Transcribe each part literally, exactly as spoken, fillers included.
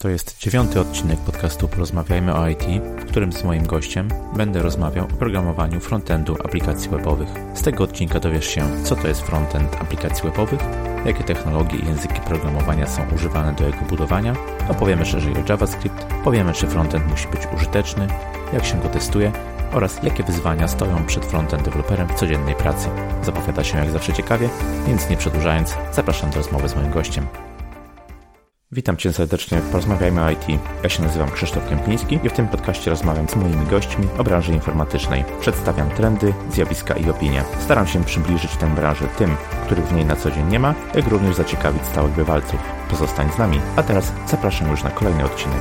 To jest dziewiąty odcinek podcastu Porozmawiajmy o I T, w którym z moim gościem będę rozmawiał o programowaniu frontendu aplikacji webowych. Z tego odcinka dowiesz się, co to jest frontend aplikacji webowych, jakie technologie i języki programowania są używane do jego budowania, opowiemy szerzej o JavaScript, powiemy, czy frontend musi być użyteczny, jak się go testuje oraz jakie wyzwania stoją przed frontend deweloperem w codziennej pracy. Zapowiada się jak zawsze ciekawie, więc nie przedłużając, zapraszam do rozmowy z moim gościem. Witam Cię serdecznie w Porozmawiajmy o I T. Ja się nazywam Krzysztof Kępiński i w tym podcaście rozmawiam z moimi gośćmi o branży informatycznej. Przedstawiam trendy, zjawiska i opinie. Staram się przybliżyć tę branżę tym, których w niej na co dzień nie ma, jak również zaciekawić stałych bywalców. Pozostań z nami, a teraz zapraszam już na kolejny odcinek.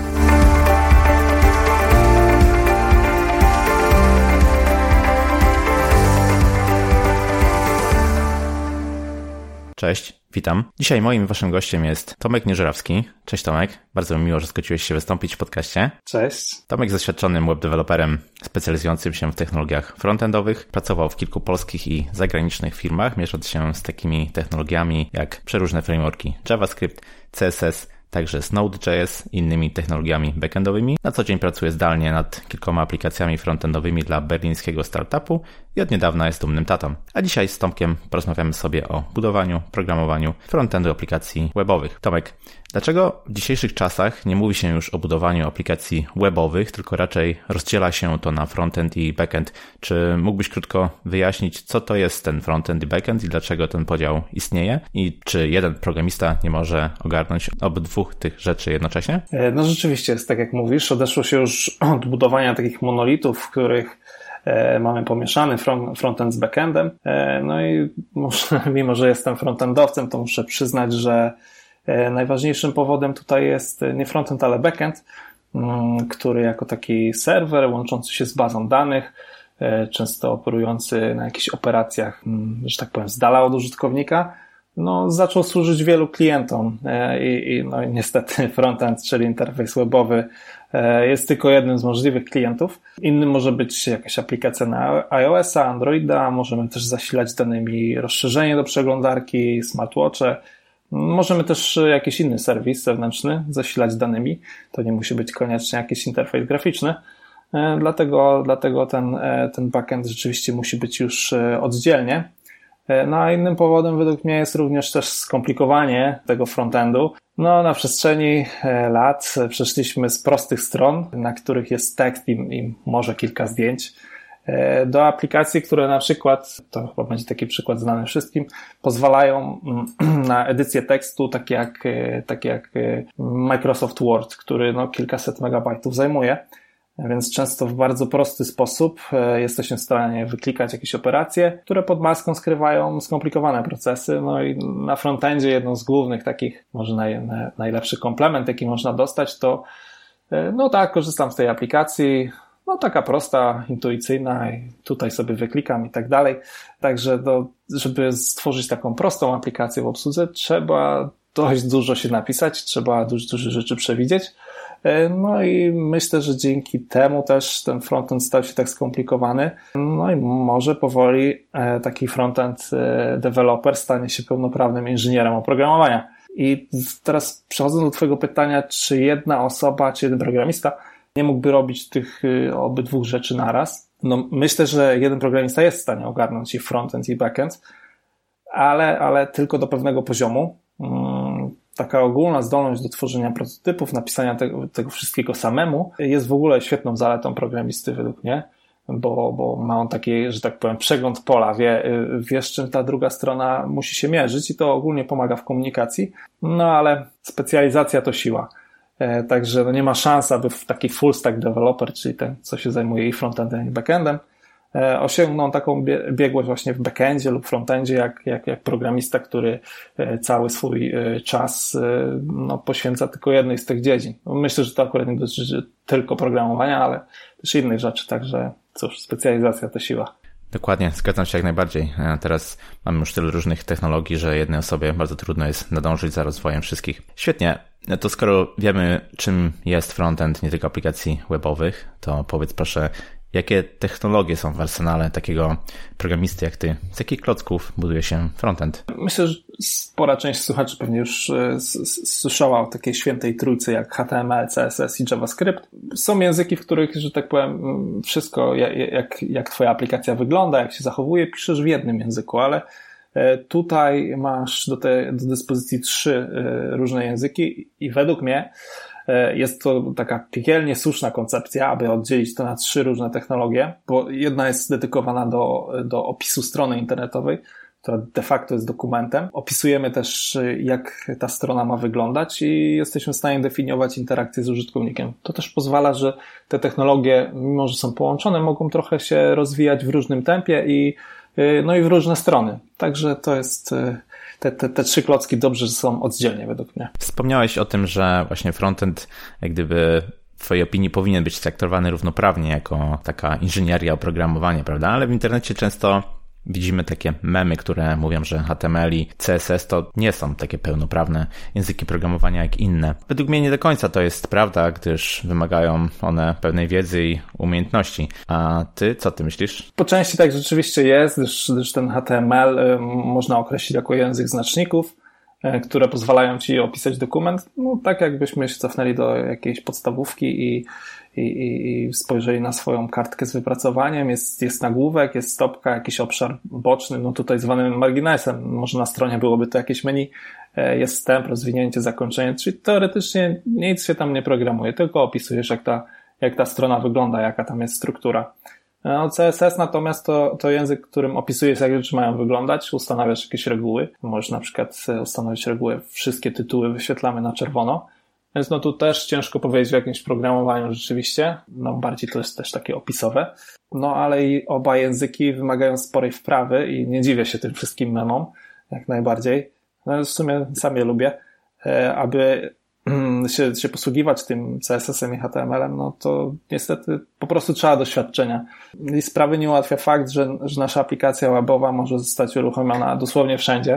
Cześć, witam. Dzisiaj moim waszym gościem jest Tomek Nieżerawski. Cześć Tomek, bardzo mi miło, że zgodziłeś się wystąpić w podcaście. Cześć. Tomek jest doświadczonym webdeveloperem specjalizującym się w technologiach frontendowych. Pracował w kilku polskich i zagranicznych firmach, miesząc się z takimi technologiami jak przeróżne frameworki JavaScript, C S S, także z Node.js i innymi technologiami backendowymi. Na co dzień pracuje zdalnie nad kilkoma aplikacjami frontendowymi dla berlińskiego startupu i od niedawna jest dumnym tatą. A dzisiaj z Tomkiem porozmawiamy sobie o budowaniu, programowaniu frontendu aplikacji webowych. Tomek, dlaczego w dzisiejszych czasach nie mówi się już o budowaniu aplikacji webowych, tylko raczej rozdziela się to na frontend i backend? Czy mógłbyś krótko wyjaśnić, co to jest ten frontend i backend i dlaczego ten podział istnieje? I czy jeden programista nie może ogarnąć obydwu tych rzeczy jednocześnie? No rzeczywiście jest tak jak mówisz, odeszło się już od budowania takich monolitów, w których e, mamy pomieszany front, frontend z backendem. E, no i muszę, mimo że jestem frontendowcem, to muszę przyznać, że e, najważniejszym powodem tutaj jest nie frontend, ale backend, m, który jako taki serwer łączący się z bazą danych, e, często operujący na jakichś operacjach, m, że tak powiem, z dala od użytkownika, no, zaczął służyć wielu klientom i, i no, niestety frontend, czyli interfejs webowy, jest tylko jednym z możliwych klientów. Innym może być jakaś aplikacja na iOS-a, Androida, możemy też zasilać danymi rozszerzenie do przeglądarki, smartwatche. Możemy też jakiś inny serwis zewnętrzny zasilać danymi. To nie musi być koniecznie jakiś interfejs graficzny. Dlatego, dlatego ten, ten backend rzeczywiście musi być już oddzielnie. No a innym powodem według mnie jest również też skomplikowanie tego frontendu. No na przestrzeni lat przeszliśmy z prostych stron, na których jest tekst i, i może kilka zdjęć, do aplikacji, które na przykład, to chyba będzie taki przykład znany wszystkim, pozwalają na edycję tekstu, takie jak, takie jak Microsoft Word, który no kilkaset megabajtów zajmuje. Więc często w bardzo prosty sposób jesteśmy w stanie wyklikać jakieś operacje, które pod maską skrywają skomplikowane procesy. No i na frontendzie jedną z głównych takich, może naj, najlepszy komplement, jaki można dostać, to no tak, korzystam z tej aplikacji, no taka prosta, intuicyjna i tutaj sobie wyklikam i tak dalej. Także do, żeby stworzyć taką prostą aplikację w obsłudze, trzeba dość dużo się napisać, trzeba dużo, dużo rzeczy przewidzieć. No i myślę, że dzięki temu też ten frontend stał się tak skomplikowany. No i może powoli taki frontend developer stanie się pełnoprawnym inżynierem oprogramowania. I teraz przechodząc do twojego pytania, czy jedna osoba, czy jeden programista nie mógłby robić tych obydwu rzeczy naraz? No myślę, że jeden programista jest w stanie ogarnąć i frontend, i backend, ale, ale tylko do pewnego poziomu. Taka ogólna zdolność do tworzenia prototypów, napisania tego, tego wszystkiego samemu jest w ogóle świetną zaletą programisty według mnie, bo, bo ma on taki, że tak powiem, przegląd pola, wie, wie z czym ta druga strona musi się mierzyć i to ogólnie pomaga w komunikacji, no ale specjalizacja to siła. Także no nie ma szans, aby taki full stack developer, czyli ten, co się zajmuje i frontendem, i backendem, osiągnął taką biegłość właśnie w backendzie lub frontendzie, jak, jak, jak programista, który cały swój czas no, poświęca tylko jednej z tych dziedzin. Myślę, że to akurat nie dotyczy tylko programowania, ale też innych rzeczy, także cóż, specjalizacja to siła. Dokładnie, zgadzam się jak najbardziej. Teraz mamy już tyle różnych technologii, że jednej osobie bardzo trudno jest nadążyć za rozwojem wszystkich. Świetnie, to skoro wiemy, czym jest frontend nie tylko aplikacji webowych, to powiedz proszę, Jakie technologie są w arsenale takiego programisty jak ty? Z jakich klocków buduje się frontend? Myślę, że spora część słuchaczy pewnie już słyszała o takiej świętej trójcy jak H T M L, C S S i JavaScript. Są języki, w których, że tak powiem, wszystko, jak, jak twoja aplikacja wygląda, jak się zachowuje, piszesz w jednym języku, ale tutaj masz do, tej, do dyspozycji trzy różne języki i według mnie jest to taka piekielnie słuszna koncepcja, aby oddzielić to na trzy różne technologie, bo jedna jest dedykowana do, do opisu strony internetowej, która de facto jest dokumentem. Opisujemy też, jak ta strona ma wyglądać i jesteśmy w stanie definiować interakcję z użytkownikiem. To też pozwala, że te technologie, mimo że są połączone, mogą trochę się rozwijać w różnym tempie i no i w różne strony. Także to jest, te, te, te trzy klocki dobrze, że są oddzielnie według mnie. Wspomniałeś o tym, że właśnie frontend jak gdyby w twojej opinii powinien być traktowany równoprawnie jako taka inżynieria, oprogramowanie, prawda? Ale w internecie często widzimy takie memy, które mówią, że H T M L i C S S to nie są takie pełnoprawne języki programowania jak inne. Według mnie nie do końca to jest prawda, gdyż wymagają one pewnej wiedzy i umiejętności. A ty, co ty myślisz? Po części tak rzeczywiście jest, gdyż, gdyż ten H T M L y, można określić jako język znaczników, y, które pozwalają ci opisać dokument. No tak jakbyśmy się cofnęli do jakiejś podstawówki i I, i, i spojrzeli na swoją kartkę z wypracowaniem, jest, jest nagłówek, jest stopka, jakiś obszar boczny, no tutaj zwany marginesem, może na stronie byłoby to jakieś menu, jest wstęp, rozwinięcie, zakończenie, czyli teoretycznie nic się tam nie programuje, tylko opisujesz jak ta, jak ta strona wygląda, jaka tam jest struktura. No, C S S natomiast to, to język, którym opisujesz, jak rzeczy mają wyglądać, ustanawiasz jakieś reguły, możesz na przykład ustanowić regułę, wszystkie tytuły wyświetlamy na czerwono. Więc no tu też ciężko powiedzieć w jakimś programowaniu rzeczywiście, no bardziej to jest też takie opisowe. No ale i oba języki wymagają sporej wprawy i nie dziwię się tym wszystkim memom, jak najbardziej. No w sumie sam je lubię, aby się, się posługiwać tym C S S em i H T M L em, no to niestety po prostu trzeba doświadczenia. I sprawy nie ułatwia fakt, że, że nasza aplikacja webowa może zostać uruchomiona dosłownie wszędzie.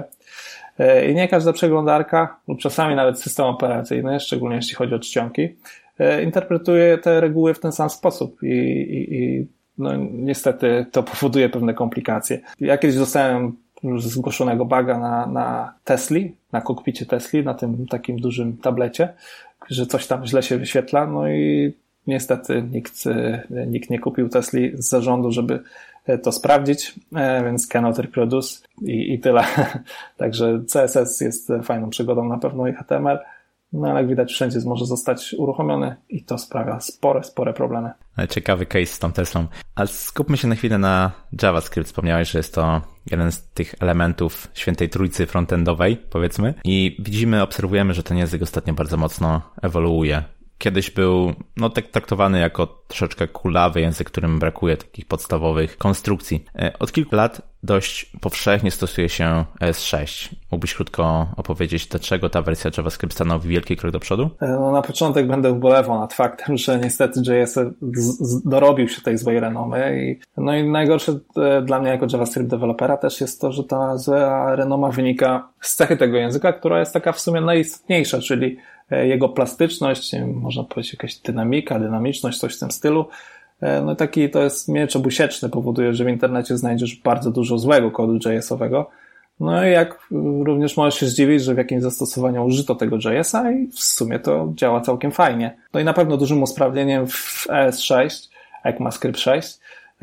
I nie każda przeglądarka lub czasami nawet system operacyjny, szczególnie jeśli chodzi o czcionki, interpretuje te reguły w ten sam sposób i, i, i no, niestety to powoduje pewne komplikacje. Ja kiedyś dostałem już zgłoszonego buga na, na Tesli, na kokpicie Tesli, na tym takim dużym tablecie, że coś tam źle się wyświetla, no i niestety nikt, nikt nie kupił Tesli z zarządu, żeby to sprawdzić, więc cannot reproduce i, i tyle. Także C S S jest fajną przygodą na pewno i H T M L, no ale jak widać wszędzie może zostać uruchomiony i to sprawia spore, spore problemy. Ciekawy case z tą Teslą. Ale skupmy się na chwilę na JavaScript. Wspomniałeś, że jest to jeden z tych elementów świętej trójcy frontendowej, powiedzmy. I widzimy, obserwujemy, że ten język ostatnio bardzo mocno ewoluuje. Kiedyś był no tak traktowany jako troszeczkę kulawy język, którym brakuje takich podstawowych konstrukcji. Od kilku lat dość powszechnie stosuje się E S sześć. Mógłbyś krótko opowiedzieć, dlaczego ta wersja JavaScript stanowi wielki krok do przodu? No na początek będę ubolewał nad faktem, że niestety J S dorobił się tej złej renomy. I, no i najgorsze dla mnie jako JavaScript dewelopera też jest to, że ta zła renoma wynika z cechy tego języka, która jest taka w sumie najistotniejsza, czyli jego plastyczność, można powiedzieć jakaś dynamika, dynamiczność, coś w tym stylu. No taki to jest miecz obusieczny, powoduje, że w internecie znajdziesz bardzo dużo złego kodu J S-owego. No i jak również możesz się zdziwić, że w jakimś zastosowaniu użyto tego J S-a i w sumie to działa całkiem fajnie. No i na pewno dużym usprawnieniem w E S sześć, ECMAScript sześć,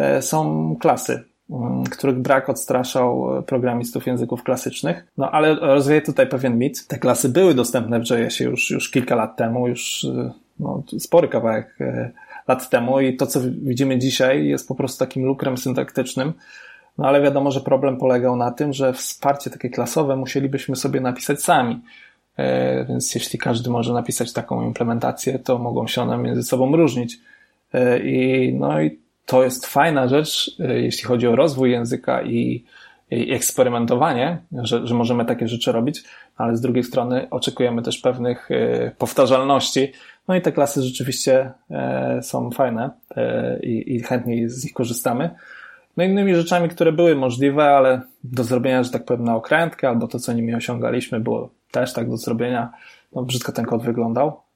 są klasy, których brak odstraszał programistów języków klasycznych. No ale rozwieję tutaj pewien mit. Te klasy były dostępne w J S-ie już, już kilka lat temu, już no, spory kawałek lat temu i to, co widzimy dzisiaj, jest po prostu takim lukrem syntaktycznym. No ale wiadomo, że problem polegał na tym, że wsparcie takie klasowe musielibyśmy sobie napisać sami. E, więc jeśli każdy może napisać taką implementację, to mogą się one między sobą różnić. E, i, no i to jest fajna rzecz, e, jeśli chodzi o rozwój języka i, i eksperymentowanie, że, że możemy takie rzeczy robić, ale z drugiej strony oczekujemy też pewnych e, powtarzalności. No i te klasy rzeczywiście e, są fajne e, i, i chętnie z nich korzystamy. No innymi rzeczami, które były możliwe, ale do zrobienia, że tak powiem, na okrętkę, albo to, co nimi osiągaliśmy, było też tak do zrobienia. No brzydko ten kod wyglądał.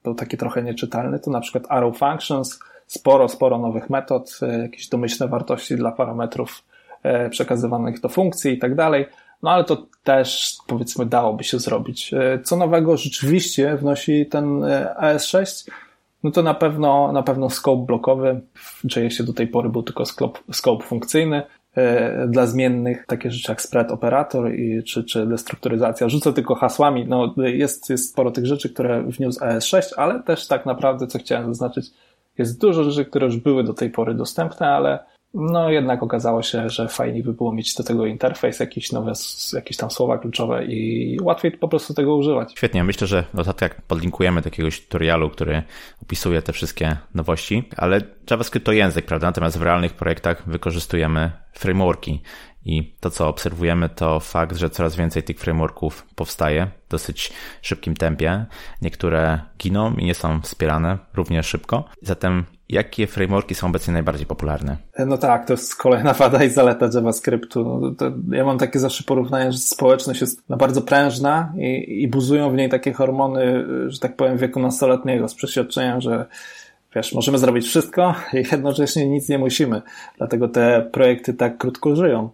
był taki trochę nieczytelny, to na przykład Arrow Functions, sporo, sporo nowych metod, jakieś domyślne wartości dla parametrów przekazywanych do funkcji i tak dalej. No ale to też, powiedzmy, dałoby się zrobić. Co nowego rzeczywiście wnosi ten A S sześć? No to na pewno, na pewno scope blokowy. W J S-ie do tej pory był tylko scope, scope funkcyjny. Dla zmiennych takie rzeczy jak spread operator i, czy, czy destrukturyzacja. Rzucę tylko hasłami. No jest, jest sporo tych rzeczy, które wniósł A S sześć, ale też tak naprawdę, co chciałem zaznaczyć, jest dużo rzeczy, które już były do tej pory dostępne, ale no jednak okazało się, że fajniej by było mieć do tego interfejs, jakieś nowe, jakieś tam słowa kluczowe i łatwiej po prostu tego używać. Świetnie, myślę, że w notatkach podlinkujemy do jakiegoś tutorialu, który opisuje te wszystkie nowości, ale JavaScript to język, prawda? Natomiast w realnych projektach wykorzystujemy frameworki i to, co obserwujemy, to fakt, że coraz więcej tych frameworków powstaje w dosyć szybkim tempie. Niektóre giną i nie są wspierane równie szybko. Zatem jakie frameworki są obecnie najbardziej popularne? No tak, to jest kolejna wada i zaleta JavaScriptu. No to ja mam takie zawsze porównanie, że społeczność jest bardzo prężna i, i buzują w niej takie hormony, że tak powiem, wieku nastoletniego z przeświadczeniem, że wiesz, możemy zrobić wszystko i jednocześnie nic nie musimy. Dlatego te projekty tak krótko żyją.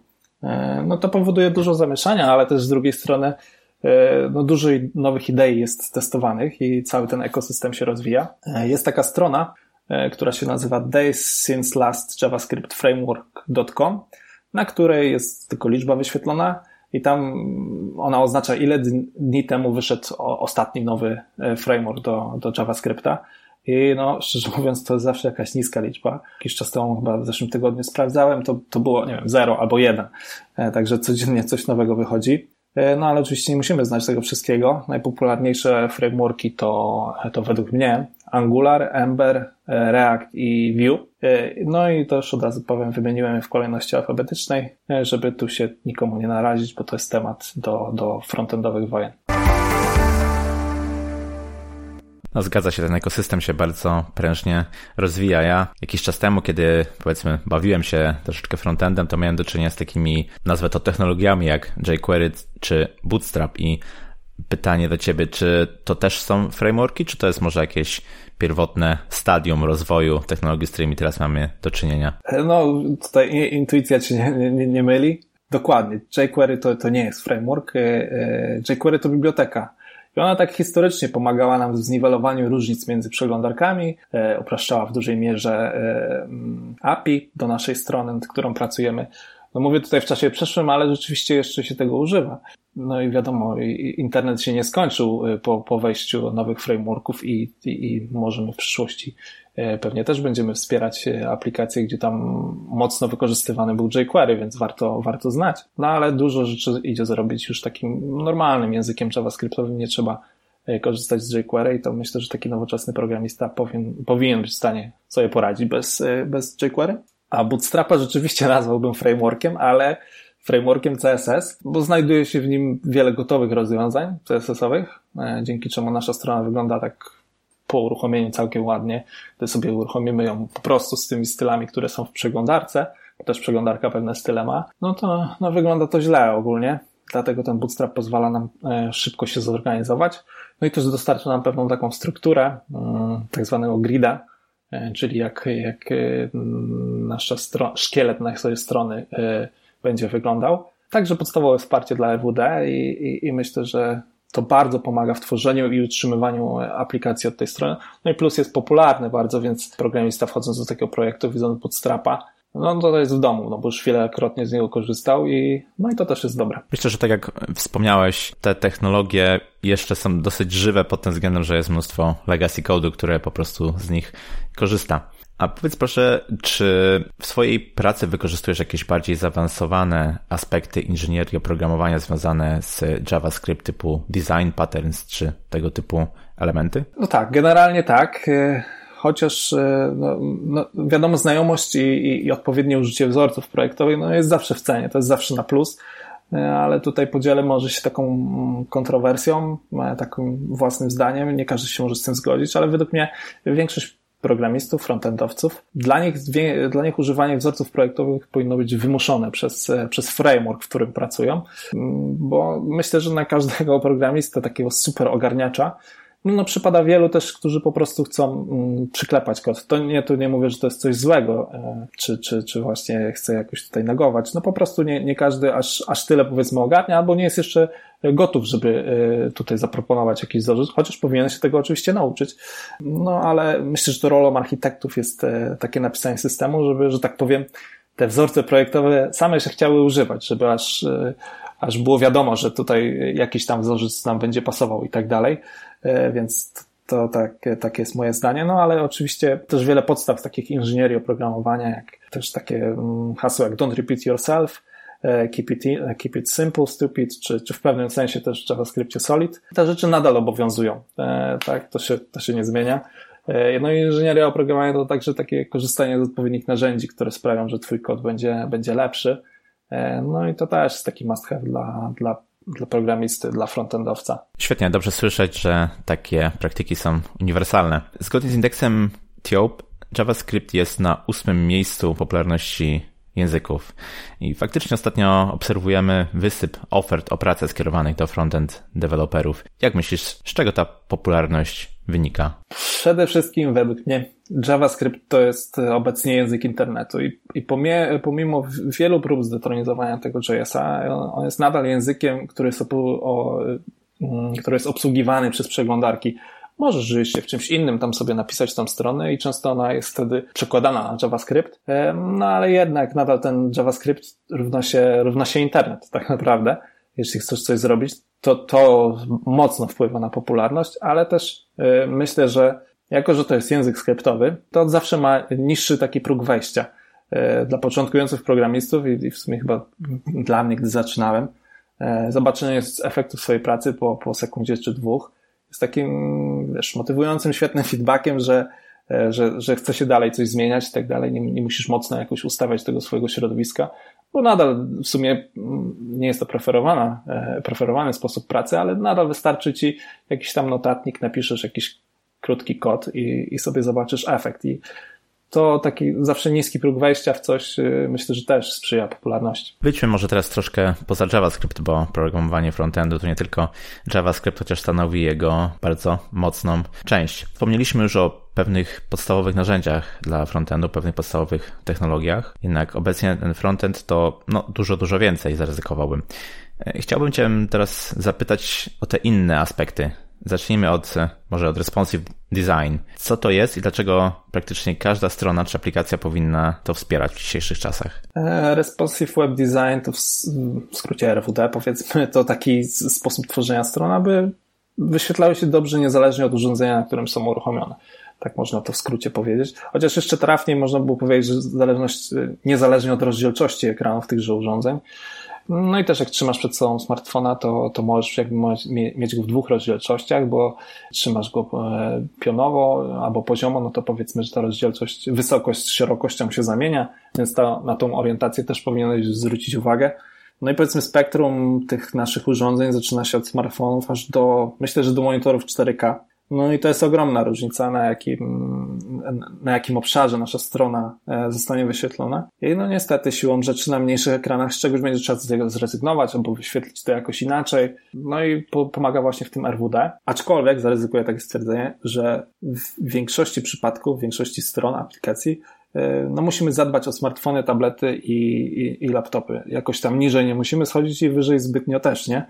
No to powoduje dużo zamieszania, ale też z drugiej strony no dużo nowych idei jest testowanych i cały ten ekosystem się rozwija. Jest taka strona, która się nazywa days since last javascript framework dot com, na której jest tylko liczba wyświetlona i tam ona oznacza, ile dni temu wyszedł ostatni nowy framework do, do JavaScripta. I no, szczerze mówiąc, to jest zawsze jakaś niska liczba. Jakiś czas temu, chyba w zeszłym tygodniu sprawdzałem, to, to było, nie wiem, zero albo jeden. Także codziennie coś nowego wychodzi. No ale oczywiście nie musimy znać tego wszystkiego. Najpopularniejsze frameworki to, to według mnie Angular, Ember, React i Vue. No i też od razu powiem, wymieniłem je w kolejności alfabetycznej, żeby tu się nikomu nie narazić, bo to jest temat do, do frontendowych wojen. No zgadza się, ten ekosystem się bardzo prężnie rozwija. Ja jakiś czas temu, kiedy powiedzmy bawiłem się troszeczkę frontendem, to miałem do czynienia z takimi, nazwę to technologiami jak jQuery czy Bootstrap i pytanie do ciebie, czy to też są frameworki, czy to jest może jakieś pierwotne stadium rozwoju technologii, z którymi teraz mamy do czynienia? No tutaj intuicja cię nie, nie, nie myli. Dokładnie, jQuery to, to nie jest framework, jQuery to biblioteka. I ona tak historycznie pomagała nam w zniwelowaniu różnic między przeglądarkami, e, upraszczała w dużej mierze e, A P I do naszej strony, nad którą pracujemy. No mówię tutaj w czasie przeszłym, ale rzeczywiście jeszcze się tego używa. No i wiadomo, i, internet się nie skończył po, po wejściu nowych frameworków i, i, i możemy w przyszłości e, pewnie też będziemy wspierać aplikacje, gdzie tam mocno wykorzystywany był jQuery, więc warto, warto znać. No ale dużo rzeczy idzie zrobić już takim normalnym językiem javascriptowym, nie trzeba korzystać z jQuery i to myślę, że taki nowoczesny programista powinien, powinien być w stanie sobie poradzić bez, bez jQuery. A Bootstrapa rzeczywiście nazwałbym frameworkiem, ale frameworkiem C S S, bo znajduje się w nim wiele gotowych rozwiązań C S S-owych, dzięki czemu nasza strona wygląda tak po uruchomieniu całkiem ładnie, gdy sobie uruchomimy ją po prostu z tymi stylami, które są w przeglądarce, bo też przeglądarka pewne style ma, no to no, wygląda to źle ogólnie, dlatego ten Bootstrap pozwala nam szybko się zorganizować, no i też dostarcza nam pewną taką strukturę, tak zwanego grida, czyli jak, jak nasza stro- szkielet naszej strony będzie wyglądał. Także podstawowe wsparcie dla E W D i, i, i myślę, że to bardzo pomaga w tworzeniu i utrzymywaniu aplikacji od tej strony. No i plus jest popularny bardzo, więc programista wchodząc do takiego projektu, widząc Bootstrapa, no to jest w domu, no bo już wielokrotnie z niego korzystał i no i to też jest dobre. Myślę, że tak jak wspomniałeś, te technologie jeszcze są dosyć żywe pod tym względem, że jest mnóstwo legacy code'u, które po prostu z nich korzysta. A powiedz proszę, czy w swojej pracy wykorzystujesz jakieś bardziej zaawansowane aspekty inżynierii oprogramowania związane z JavaScript typu design patterns czy tego typu elementy? No tak, generalnie tak. Chociaż no, no, wiadomo, znajomość i, i, i odpowiednie użycie wzorców projektowych no, jest zawsze w cenie, to jest zawsze na plus, ale tutaj podzielę może się taką kontrowersją, takim własnym zdaniem, nie każdy się może z tym zgodzić, ale według mnie większość programistów, frontendowców, dla nich, dla nich używanie wzorców projektowych powinno być wymuszone przez, przez framework, w którym pracują, bo myślę, że na każdego programistę, takiego super ogarniacza, no przypada wielu też, którzy po prostu chcą mm, przyklepać kod. To nie, tu nie mówię, że to jest coś złego, e, czy, czy, czy właśnie chce jakoś tutaj negować. No po prostu nie, nie każdy aż, aż tyle powiedzmy ogarnia, albo nie jest jeszcze gotów, żeby e, tutaj zaproponować jakiś wzorzec, chociaż powinien się tego oczywiście nauczyć. No ale myślę, że to rolą architektów jest e, takie napisanie systemu, żeby, że tak powiem, te wzorce projektowe same się chciały używać, żeby aż, e, aż było wiadomo, że tutaj jakiś tam wzorzec nam będzie pasował i tak dalej. Więc to tak, takie jest moje zdanie. No ale oczywiście też wiele podstaw takich inżynierii oprogramowania, jak też takie hasła jak don't repeat yourself, keep it, keep it simple, stupid, czy, czy w pewnym sensie też w JavaScriptie solid. Te rzeczy nadal obowiązują. Tak, to się, to się nie zmienia. No i inżynieria oprogramowania to także takie korzystanie z odpowiednich narzędzi, które sprawią, że twój kod będzie, będzie lepszy. No i to też jest taki must have dla, dla dla programisty, dla frontendowca. Świetnie, dobrze słyszeć, że takie praktyki są uniwersalne. Zgodnie z indeksem T O P JavaScript jest na ósmym miejscu popularności języków. I faktycznie ostatnio obserwujemy wysyp ofert o pracę skierowanych do frontend deweloperów. Jak myślisz, z czego ta popularność wynika? Przede wszystkim według mnie JavaScript to jest obecnie język internetu i, i pomie, pomimo wielu prób zdetronizowania tego J S a, on jest nadal językiem, który jest, o, o, który jest obsługiwany przez przeglądarki. Możesz rzeczywiście w czymś innym tam sobie napisać tą stronę i często ona jest wtedy przekładana na JavaScript, no ale jednak nadal ten JavaScript równa się, równa się internet tak naprawdę. Jeśli chcesz coś zrobić, to to mocno wpływa na popularność, ale też yy, myślę, że jako, że to jest język skryptowy, to zawsze ma niższy taki próg wejścia. Yy, dla początkujących programistów i, i w sumie chyba dla mnie, gdy zaczynałem, yy, zobaczenie efektów swojej pracy po, po sekundzie czy dwóch jest takim, wiesz, motywującym, świetnym feedbackiem, że, że, że chce się dalej coś zmieniać i tak dalej. Nie, nie musisz mocno jakoś ustawiać tego swojego środowiska, bo nadal w sumie nie jest to preferowana, preferowany sposób pracy, ale nadal wystarczy ci jakiś tam notatnik, napiszesz jakiś krótki kod i, i sobie zobaczysz efekt. I to taki zawsze niski próg wejścia w coś, myślę, że też sprzyja popularności. Wyjdźmy może teraz troszkę poza JavaScript, bo programowanie frontendu to nie tylko JavaScript, chociaż stanowi jego bardzo mocną część. Wspomnieliśmy już o pewnych podstawowych narzędziach dla frontendu, pewnych podstawowych technologiach, jednak obecnie ten frontend to no, dużo, dużo więcej, zaryzykowałbym. Chciałbym Cię teraz zapytać o te inne aspekty. Zacznijmy od, może od responsive design. Co to jest i dlaczego praktycznie każda strona czy aplikacja powinna to wspierać w dzisiejszych czasach? Responsive web design to w skrócie R W D, powiedzmy, to taki sposób tworzenia stron, aby wyświetlały się dobrze niezależnie od urządzenia, na którym są uruchomione. Tak można to w skrócie powiedzieć. Chociaż jeszcze trafniej można było powiedzieć, że zależność, niezależnie od rozdzielczości ekranów tychże urządzeń. No i też jak trzymasz przed sobą smartfona, to, to możesz jakby mieć go w dwóch rozdzielczościach, bo trzymasz go pionowo albo poziomo, no to powiedzmy, że ta rozdzielczość, wysokość z szerokością się zamienia, więc ta, na tą orientację też powinieneś zwrócić uwagę. No i powiedzmy spektrum tych naszych urządzeń zaczyna się od smartfonów aż do, myślę, że do monitorów cztery K. No i to jest ogromna różnica, na jakim, na jakim obszarze nasza strona zostanie wyświetlona. I no niestety siłą rzeczy na mniejszych ekranach z czegoś będzie trzeba z tego zrezygnować albo wyświetlić to jakoś inaczej. No i po, pomaga właśnie w tym R W D. Aczkolwiek zaryzykuję takie stwierdzenie, że w większości przypadków, w większości stron aplikacji no musimy zadbać o smartfony, tablety i, i, i laptopy. Jakoś tam niżej nie musimy schodzić i wyżej zbytnio też, nie?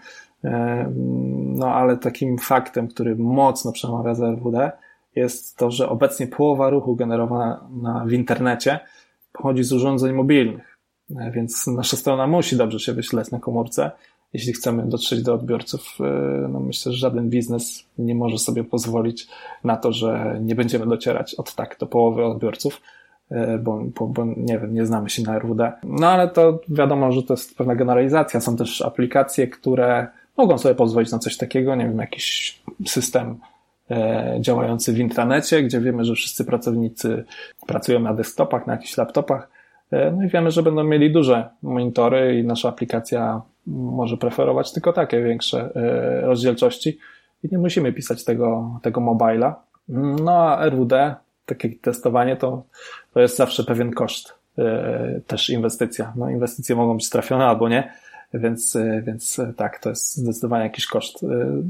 No ale takim faktem, który mocno przemawia za R W D jest to, że obecnie połowa ruchu generowana w internecie pochodzi z urządzeń mobilnych. Więc nasza strona musi dobrze się wyświetlać na komórce. Jeśli chcemy dotrzeć do odbiorców, no myślę, że żaden biznes nie może sobie pozwolić na to, że nie będziemy docierać od tak do połowy odbiorców. Bo, bo, bo nie wiem, nie znamy się na R W D. No ale to wiadomo, że to jest pewna generalizacja. Są też aplikacje, które mogą sobie pozwolić na coś takiego, nie wiem, jakiś system e, działający w intranecie, gdzie wiemy, że wszyscy pracownicy pracują na desktopach, na jakichś laptopach, e, no i wiemy, że będą mieli duże monitory i nasza aplikacja może preferować tylko takie większe e, rozdzielczości i nie musimy pisać tego, tego mobila. No a R W D, takie testowanie, to, to jest zawsze pewien koszt, e, też inwestycja. No inwestycje mogą być trafione albo nie, więc, więc tak, to jest zdecydowanie jakiś koszt.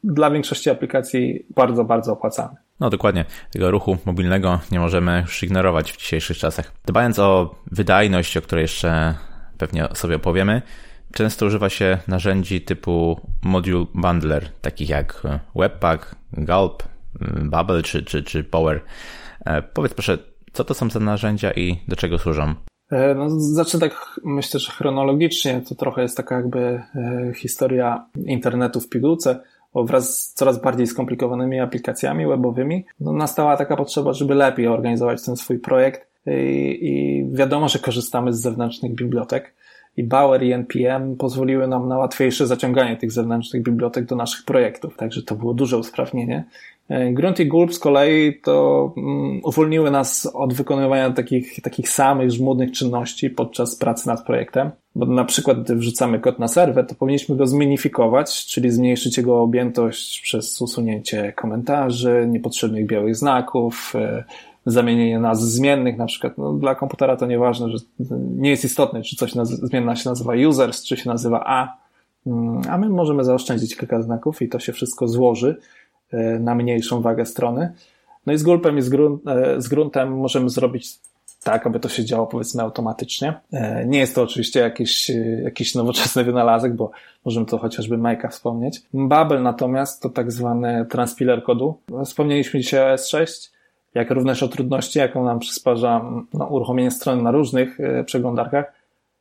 dla większości aplikacji bardzo, bardzo opłacalny. No dokładnie, tego ruchu mobilnego nie możemy już ignorować w dzisiejszych czasach. Dbając o wydajność, o której jeszcze pewnie sobie opowiemy, często używa się narzędzi typu Module Bundler, takich jak Webpack, Gulp, Babel czy, czy, czy Power. Powiedz proszę, co to są za narzędzia i do czego służą? No, zacznę tak, myślę, że chronologicznie. To trochę jest taka jakby historia internetu w pigułce, bo wraz z coraz bardziej skomplikowanymi aplikacjami webowymi no, nastała taka potrzeba, żeby lepiej organizować ten swój projekt i, i wiadomo, że korzystamy z zewnętrznych bibliotek i Bower i N P M pozwoliły nam na łatwiejsze zaciąganie tych zewnętrznych bibliotek do naszych projektów, także to było duże usprawnienie. Grunt i Gulp z kolei to um, uwolniły nas od wykonywania takich, takich samych żmudnych czynności podczas pracy nad projektem, bo na przykład gdy wrzucamy kod na serwer, to powinniśmy go zminifikować, czyli zmniejszyć jego objętość przez usunięcie komentarzy, niepotrzebnych białych znaków, e, zamienienie nazw zmiennych, na przykład no, dla komputera to nieważne, że nie jest istotne, czy coś naz- zmienna się nazywa users, czy się nazywa a, a my możemy zaoszczędzić kilka znaków i to się wszystko złoży na mniejszą wagę strony. No i z Gulpem i z, grunt, z Gruntem możemy zrobić tak, aby to się działo powiedzmy automatycznie. Nie jest to oczywiście jakiś, jakiś nowoczesny wynalazek, bo możemy to chociażby Make'a wspomnieć. Babel natomiast to tak zwany transpiler kodu. Wspomnieliśmy dzisiaj o S sześć, jak również o trudności, jaką nam przysparza no, uruchomienie strony na różnych przeglądarkach.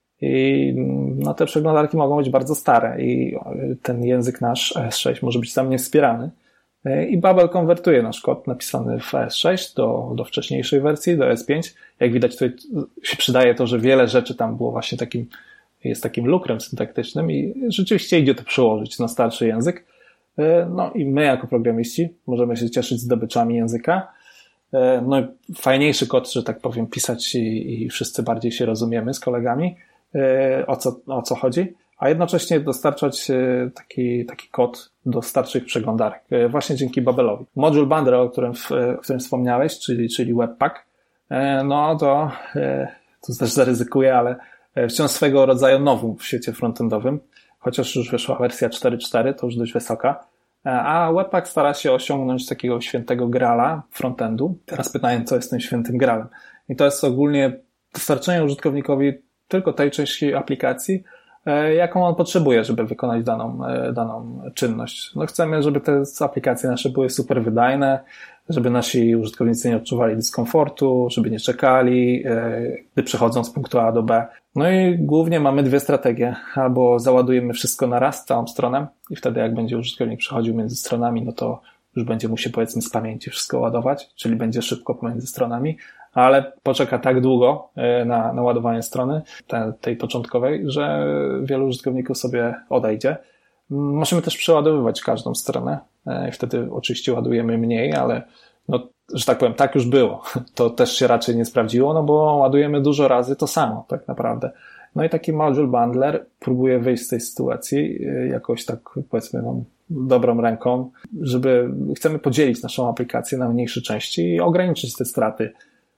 I no, te przeglądarki mogą być bardzo stare i ten język nasz S sześć może być tam niewspierany. I Babel konwertuje nasz kod napisany w S sześć do, do wcześniejszej wersji, do S pięć. Jak widać tutaj się przydaje to, że wiele rzeczy tam było właśnie takim, jest takim lukrem syntaktycznym i rzeczywiście idzie to przełożyć na starszy język. No i my jako programiści możemy się cieszyć zdobyczami języka. No i fajniejszy kod, że tak powiem, pisać i, i wszyscy bardziej się rozumiemy z kolegami, o co, o co chodzi. A jednocześnie dostarczać taki, taki kod do starszych przeglądarek, właśnie dzięki Babelowi. Module Bundler, o którym, o którym wspomniałeś, czyli, czyli Webpack, no to, to też zaryzykuję, ale wciąż swego rodzaju nowum w świecie frontendowym, chociaż już wyszła wersja cztery cztery, to już dość wysoka, a Webpack stara się osiągnąć takiego świętego grala frontendu. Teraz pytanie, co jest tym świętym gralem? I to jest ogólnie dostarczenie użytkownikowi tylko tej części aplikacji, jaką on potrzebuje, żeby wykonać daną, daną czynność. No chcemy, żeby te aplikacje nasze były super wydajne, żeby nasi użytkownicy nie odczuwali dyskomfortu, żeby nie czekali, gdy przechodzą z punktu A do B. No i głównie mamy dwie strategie. Albo załadujemy wszystko na raz, całą stronę i wtedy jak będzie użytkownik przechodził między stronami, no to już będzie mu się powiedzmy z pamięci wszystko ładować, czyli będzie szybko pomiędzy stronami, ale poczeka tak długo na, na ładowanie strony, te, tej początkowej, że wielu użytkowników sobie odejdzie. Możemy też przeładowywać każdą stronę. Wtedy oczywiście ładujemy mniej, ale no, że tak powiem, tak już było. To też się raczej nie sprawdziło, no bo ładujemy dużo razy to samo tak naprawdę. No i taki module bundler próbuje wyjść z tej sytuacji jakoś tak powiedzmy no, dobrą ręką, żeby chcemy podzielić naszą aplikację na mniejsze części i ograniczyć te straty.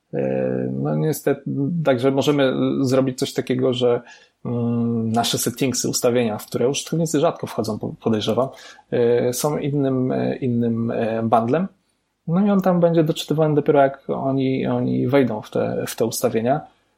No niestety, także możemy zrobić coś takiego, że nasze settingsy, ustawienia, w które użytkownicy rzadko wchodzą, podejrzewam, są innym, innym bundlem. No i on tam będzie doczytywany dopiero jak oni, oni wejdą w te, w te ustawienia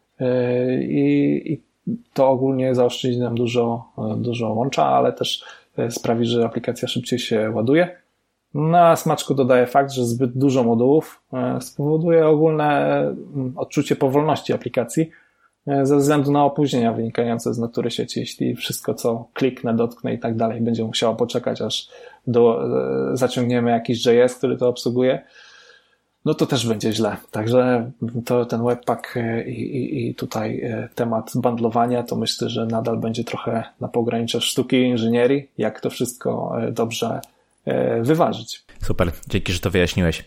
i, i to ogólnie zaoszczędzi nam dużo, dużo łącza, ale też sprawi, że aplikacja szybciej się ładuje. Na smaczku dodaję fakt, że zbyt dużo modułów spowoduje ogólne odczucie powolności aplikacji ze względu na opóźnienia wynikające z natury sieci. Jeśli wszystko, co kliknę, dotknę i tak dalej, będzie musiało poczekać, aż do, zaciągniemy jakiś J S, który to obsługuje, no to też będzie źle. Także to ten Webpack i, i, i tutaj temat bundlowania, to myślę, że nadal będzie trochę na pograniczu sztuki i inżynierii, jak to wszystko dobrze wyważyć. Super, dzięki, że to wyjaśniłeś.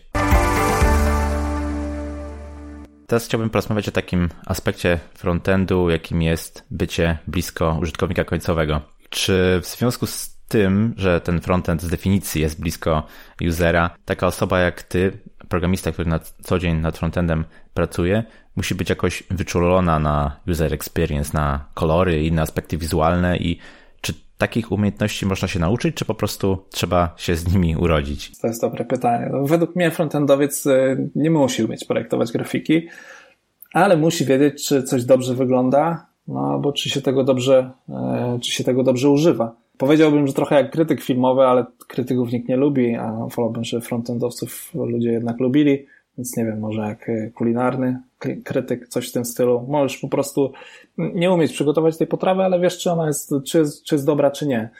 Teraz chciałbym porozmawiać o takim aspekcie frontendu, jakim jest bycie blisko użytkownika końcowego. Czy w związku z tym, że ten frontend z definicji jest blisko usera, taka osoba jak ty, programista, który na co dzień nad frontendem pracuje, musi być jakoś wyczulona na user experience, na kolory i inne aspekty wizualne i czy takich umiejętności można się nauczyć, czy po prostu trzeba się z nimi urodzić? To jest dobre pytanie. No, według mnie frontendowiec nie musi umieć projektować grafiki, ale musi wiedzieć, czy coś dobrze wygląda, no albo czy się tego dobrze, czy się tego dobrze używa. Powiedziałbym, że trochę jak krytyk filmowy, ale krytyków nikt nie lubi, a wolałbym, że frontendowców ludzie jednak lubili, więc nie wiem, może jak kulinarny krytyk, coś w tym stylu. Możesz po prostu nie umieć przygotować tej potrawy, ale wiesz, czy ona jest, czy jest, czy jest dobra, czy nie.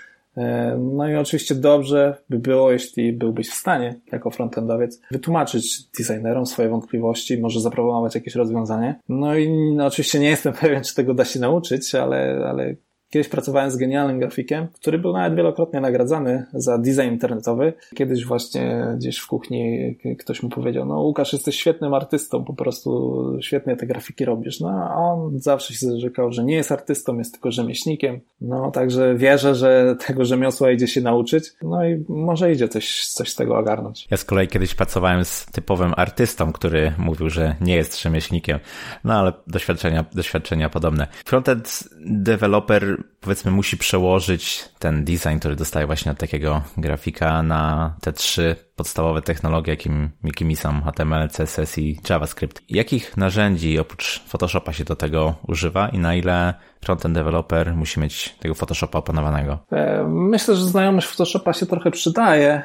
No i oczywiście dobrze by było, jeśli byłbyś w stanie, jako frontendowiec, wytłumaczyć designerom swoje wątpliwości, może zaproponować jakieś rozwiązanie. No i no, oczywiście nie jestem pewien, czy tego da się nauczyć, ale, ale kiedyś pracowałem z genialnym grafikiem, który był nawet wielokrotnie nagradzany za design internetowy. Kiedyś właśnie gdzieś w kuchni ktoś mu powiedział, no Łukasz, jesteś świetnym artystą, po prostu świetnie te grafiki robisz. No a on zawsze się zarzekał, że nie jest artystą, jest tylko rzemieślnikiem. No także wierzę, że tego rzemiosła idzie się nauczyć, no i może idzie coś, coś z tego ogarnąć. Ja z kolei kiedyś pracowałem z typowym artystą, który mówił, że nie jest rzemieślnikiem, no ale doświadczenia, doświadczenia podobne. Frontend developer, powiedzmy, musi przełożyć ten design, który dostaje właśnie od takiego grafika, na te trzy podstawowe technologie, jakim, jakimi są H T M L, C S S i JavaScript. Jakich narzędzi oprócz Photoshopa się do tego używa i na ile frontend developer musi mieć tego Photoshopa opanowanego? Myślę, że znajomość Photoshopa się trochę przydaje,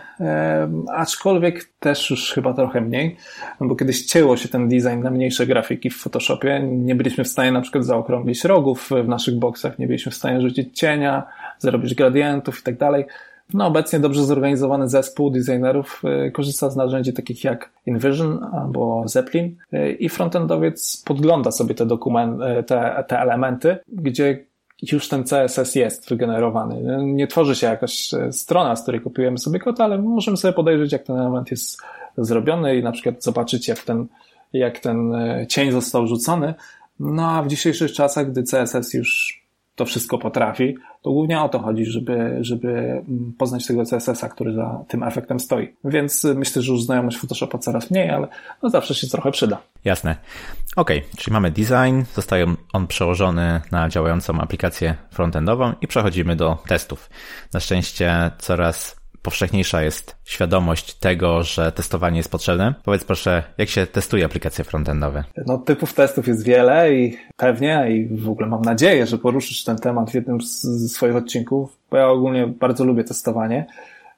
aczkolwiek też już chyba trochę mniej, bo kiedyś cięło się ten design na mniejsze grafiki w Photoshopie. Nie byliśmy w stanie na przykład zaokrąglić rogów w naszych boksach, nie byliśmy w stanie rzucić cienia, zrobić gradientów i tak dalej. No obecnie dobrze zorganizowany zespół designerów korzysta z narzędzi takich jak InVision albo Zeppelin i frontendowiec podgląda sobie te dokumenty, te, te elementy, gdzie już ten C S S jest wygenerowany. Nie tworzy się jakaś strona, z której kopiujemy sobie kod, ale możemy sobie podejrzeć, jak ten element jest zrobiony i na przykład zobaczyć, jak ten, jak ten cień został rzucony. No a w dzisiejszych czasach, gdy C S S już to wszystko potrafi, to głównie o to chodzi, żeby, żeby poznać tego C S S a, który za tym efektem stoi. Więc myślę, że już znajomość Photoshopa coraz mniej, ale no zawsze się trochę przyda. Jasne. Okej, okay, czyli mamy design, zostaje on przełożony na działającą aplikację frontendową i przechodzimy do testów. Na szczęście coraz powszechniejsza jest świadomość tego, że testowanie jest potrzebne. Powiedz proszę, jak się testuje aplikacje frontendowe? No typów testów jest wiele i pewnie i w ogóle mam nadzieję, że poruszysz ten temat w jednym z swoich odcinków, bo ja ogólnie bardzo lubię testowanie,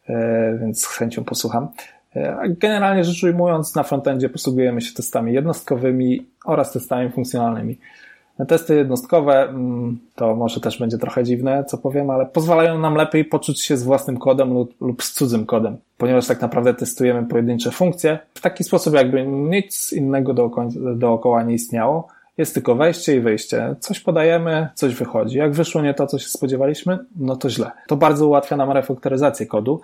więc z chęcią posłucham. Generalnie rzecz ujmując, na frontendzie posługujemy się testami jednostkowymi oraz testami funkcjonalnymi. Testy jednostkowe, to może też będzie trochę dziwne, co powiem, ale pozwalają nam lepiej poczuć się z własnym kodem lub, lub z cudzym kodem, ponieważ tak naprawdę testujemy pojedyncze funkcje w taki sposób, jakby nic innego dookoła, dookoła nie istniało. Jest tylko wejście i wyjście. Coś podajemy, coś wychodzi. Jak wyszło nie to, co się spodziewaliśmy, no to źle. To bardzo ułatwia nam refaktoryzację kodu.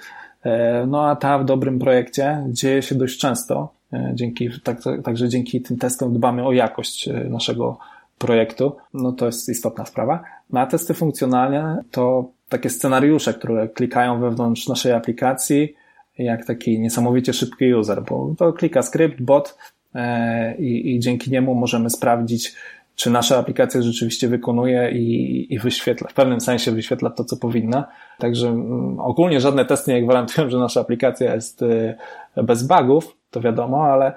No a ta w dobrym projekcie dzieje się dość często. Dzięki, tak, także dzięki tym testom dbamy o jakość naszego projektu, no to jest istotna sprawa. Na testy funkcjonalne to takie scenariusze, które klikają wewnątrz naszej aplikacji, jak taki niesamowicie szybki user, bo to klika skrypt, bot e, i, i dzięki niemu możemy sprawdzić, czy nasza aplikacja rzeczywiście wykonuje i, i wyświetla, w pewnym sensie wyświetla to, co powinna. Także mm, ogólnie żadne testy nie gwarantują, że nasza aplikacja jest y, bez bugów, to wiadomo, ale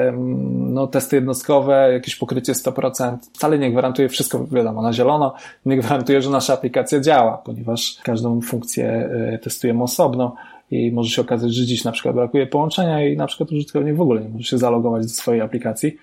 no, testy jednostkowe, jakieś pokrycie sto procent wcale nie gwarantuje, wszystko wiadomo, na zielono, nie gwarantuje, że nasza aplikacja działa, ponieważ każdą funkcję testujemy osobno i może się okazać, że dziś na przykład brakuje połączenia i na przykład użytkownik w ogóle nie może się zalogować do swojej aplikacji.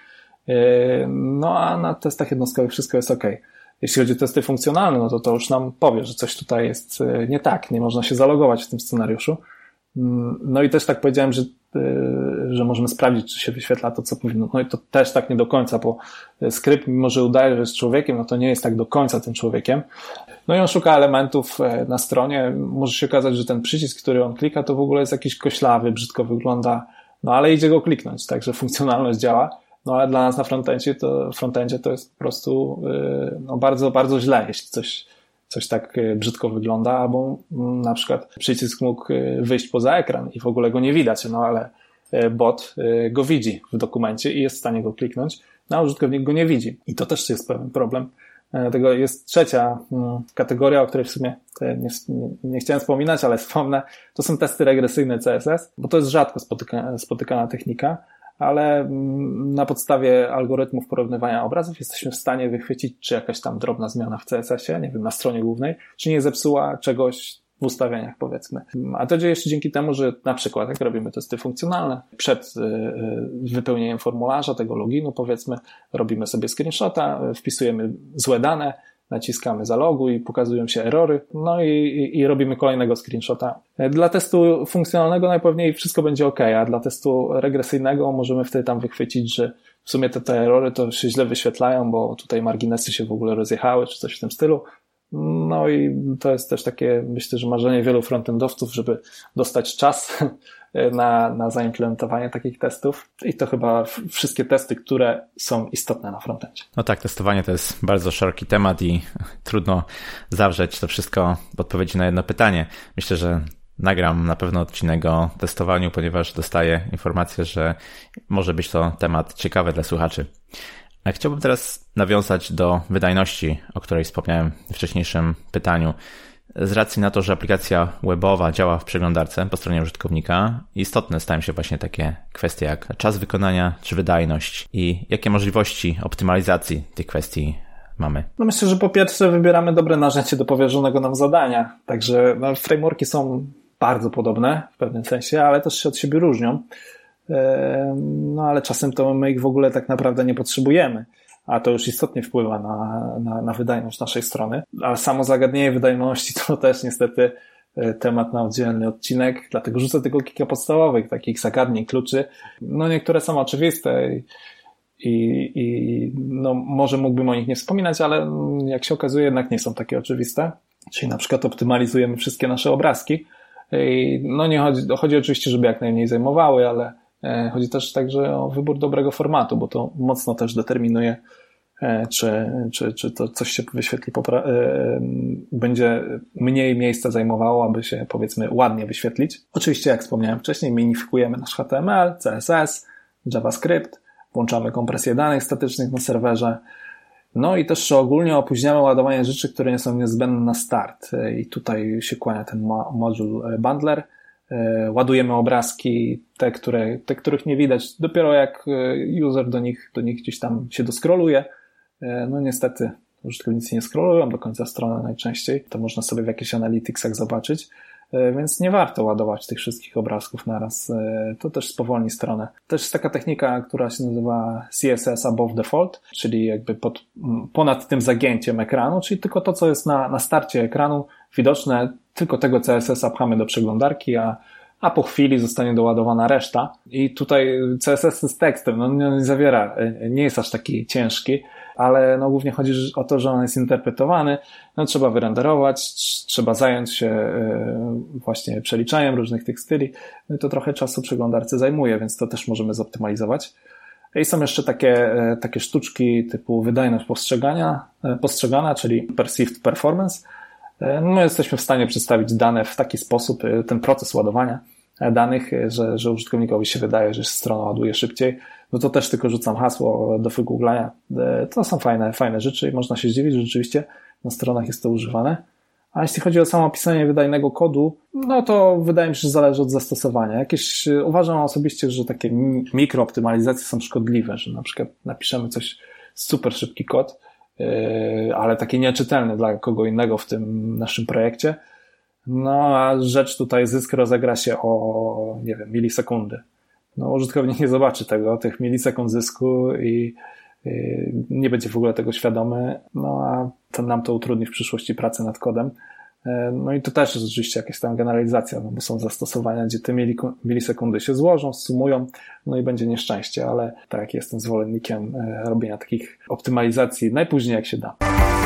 No a na testach jednostkowych wszystko jest ok. Jeśli chodzi o testy funkcjonalne, no to to już nam powie, że coś tutaj jest nie tak, nie można się zalogować w tym scenariuszu. No i też tak powiedziałem, że, że możemy sprawdzić, czy się wyświetla to, co powinno. No i to też tak nie do końca, bo skrypt, mimo że udaje, że jest człowiekiem, no to nie jest tak do końca tym człowiekiem. No i on szuka elementów na stronie. Może się okazać, że ten przycisk, który on klika, to w ogóle jest jakiś koślawy, brzydko wygląda, no ale idzie go kliknąć, także funkcjonalność działa. No ale dla nas na frontendzie to, frontendzie to jest po prostu no, bardzo, bardzo źle, jeśli coś coś tak brzydko wygląda, albo na przykład przycisk mógł wyjść poza ekran i w ogóle go nie widać, no ale bot go widzi w dokumencie i jest w stanie go kliknąć, no a użytkownik go nie widzi. I to też jest pewien problem, Tego jest trzecia kategoria, o której w sumie nie, nie, nie chciałem wspominać, ale wspomnę. To są testy regresyjne C S S, bo to jest rzadko spotyka, spotykana technika, ale na podstawie algorytmów porównywania obrazów jesteśmy w stanie wychwycić, czy jakaś tam drobna zmiana w C S S ie, nie wiem, na stronie głównej, czy nie zepsuła czegoś w ustawieniach, powiedzmy. A to dzieje się dzięki temu, że na przykład jak robimy testy funkcjonalne, przed wypełnieniem formularza, tego loginu, powiedzmy, robimy sobie screenshota, wpisujemy złe dane, naciskamy zaloguj i pokazują się erory, no i, i, i robimy kolejnego screenshota. Dla testu funkcjonalnego najpewniej wszystko będzie ok, a dla testu regresyjnego możemy wtedy tam wychwycić, że w sumie te, te erory to się źle wyświetlają, bo tutaj marginesy się w ogóle rozjechały, czy coś w tym stylu. No i to jest też takie, myślę, że marzenie wielu frontendowców, żeby dostać czas na, na zaimplementowanie takich testów. I to chyba wszystkie testy, które są istotne na frontendzie. No tak, testowanie to jest bardzo szeroki temat i trudno zawrzeć to wszystko w odpowiedzi na jedno pytanie. Myślę, że nagram na pewno odcinek o testowaniu, ponieważ dostaję informację, że może być to temat ciekawy dla słuchaczy. Chciałbym teraz nawiązać do wydajności, o której wspomniałem w wcześniejszym pytaniu. Z racji na to, że aplikacja webowa działa w przeglądarce po stronie użytkownika, istotne stają się właśnie takie kwestie jak czas wykonania czy wydajność i jakie możliwości optymalizacji tych kwestii mamy. No myślę, że po pierwsze wybieramy dobre narzędzie do powierzonego nam zadania. Także no, frameworki są bardzo podobne w pewnym sensie, ale też się od siebie różnią. No ale czasem to my ich w ogóle tak naprawdę nie potrzebujemy, a to już istotnie wpływa na, na, na wydajność naszej strony. Ale samo zagadnienie wydajności to też niestety temat na oddzielny odcinek, dlatego rzucę tylko kilka podstawowych takich zagadnień, kluczy. No niektóre są oczywiste i, i, i no może mógłbym o nich nie wspominać, ale jak się okazuje jednak nie są takie oczywiste. Czyli na przykład optymalizujemy wszystkie nasze obrazki. I no nie chodzi, chodzi oczywiście, żeby jak najmniej zajmowały, ale chodzi też także o wybór dobrego formatu, bo to mocno też determinuje, czy, czy, czy to coś się wyświetli, popra- będzie mniej miejsca zajmowało, aby się powiedzmy ładnie wyświetlić. Oczywiście, jak wspomniałem wcześniej, minifikujemy nasz H T M L, C S S, JavaScript, włączamy kompresję danych statycznych na serwerze, no i też ogólnie opóźniamy ładowanie rzeczy, które nie są niezbędne na start. I tutaj się kłania ten module bundler. Ładujemy obrazki, te, które, te, których nie widać, dopiero jak user do nich, do nich gdzieś tam się doskroluje. No niestety użytkownicy nie scrollują do końca strony najczęściej. To można sobie w jakichś analyticsach zobaczyć. Więc nie warto ładować tych wszystkich obrazków naraz. To też spowolni stronę. Też jest taka technika, która się nazywa C S S above default, czyli jakby pod, ponad tym zagięciem ekranu, czyli tylko to, co jest na, na starcie ekranu widoczne, tylko tego C S S a pchamy do przeglądarki, a, a po chwili zostanie doładowana reszta. I tutaj C S S z tekstem, no nie zawiera, nie jest aż taki ciężki, ale no głównie chodzi o to, że on jest interpretowany, no trzeba wyrenderować, trzeba zająć się właśnie przeliczaniem różnych tych styli, no i to trochę czasu przeglądarce zajmuje, więc to też możemy zoptymalizować. I są jeszcze takie, takie sztuczki typu wydajność postrzegania, postrzegana, czyli perceived performance. My jesteśmy w stanie przedstawić dane w taki sposób, ten proces ładowania danych, że, że użytkownikowi się wydaje, że strona ładuje szybciej. No to też tylko rzucam hasło do wygooglania. To są fajne, fajne rzeczy i można się zdziwić, że rzeczywiście na stronach jest to używane. A jeśli chodzi o samo pisanie wydajnego kodu, no to wydaje mi się, że zależy od zastosowania. Jakieś, uważam osobiście, że takie mikrooptymalizacje są szkodliwe, że na przykład napiszemy coś, super szybki kod, ale taki nieczytelny dla kogo innego w tym naszym projekcie. No a rzecz tutaj, zysk rozegra się o, nie wiem, milisekundy. No użytkownik nie zobaczy tego, tych milisekund zysku i, i nie będzie w ogóle tego świadomy, no a to nam to utrudni w przyszłości pracę nad kodem. No i to też jest oczywiście jakaś tam generalizacja, no bo są zastosowania, gdzie te milisekundy się złożą, sumują, no i będzie nieszczęście, ale tak, jestem zwolennikiem robienia takich optymalizacji najpóźniej jak się da.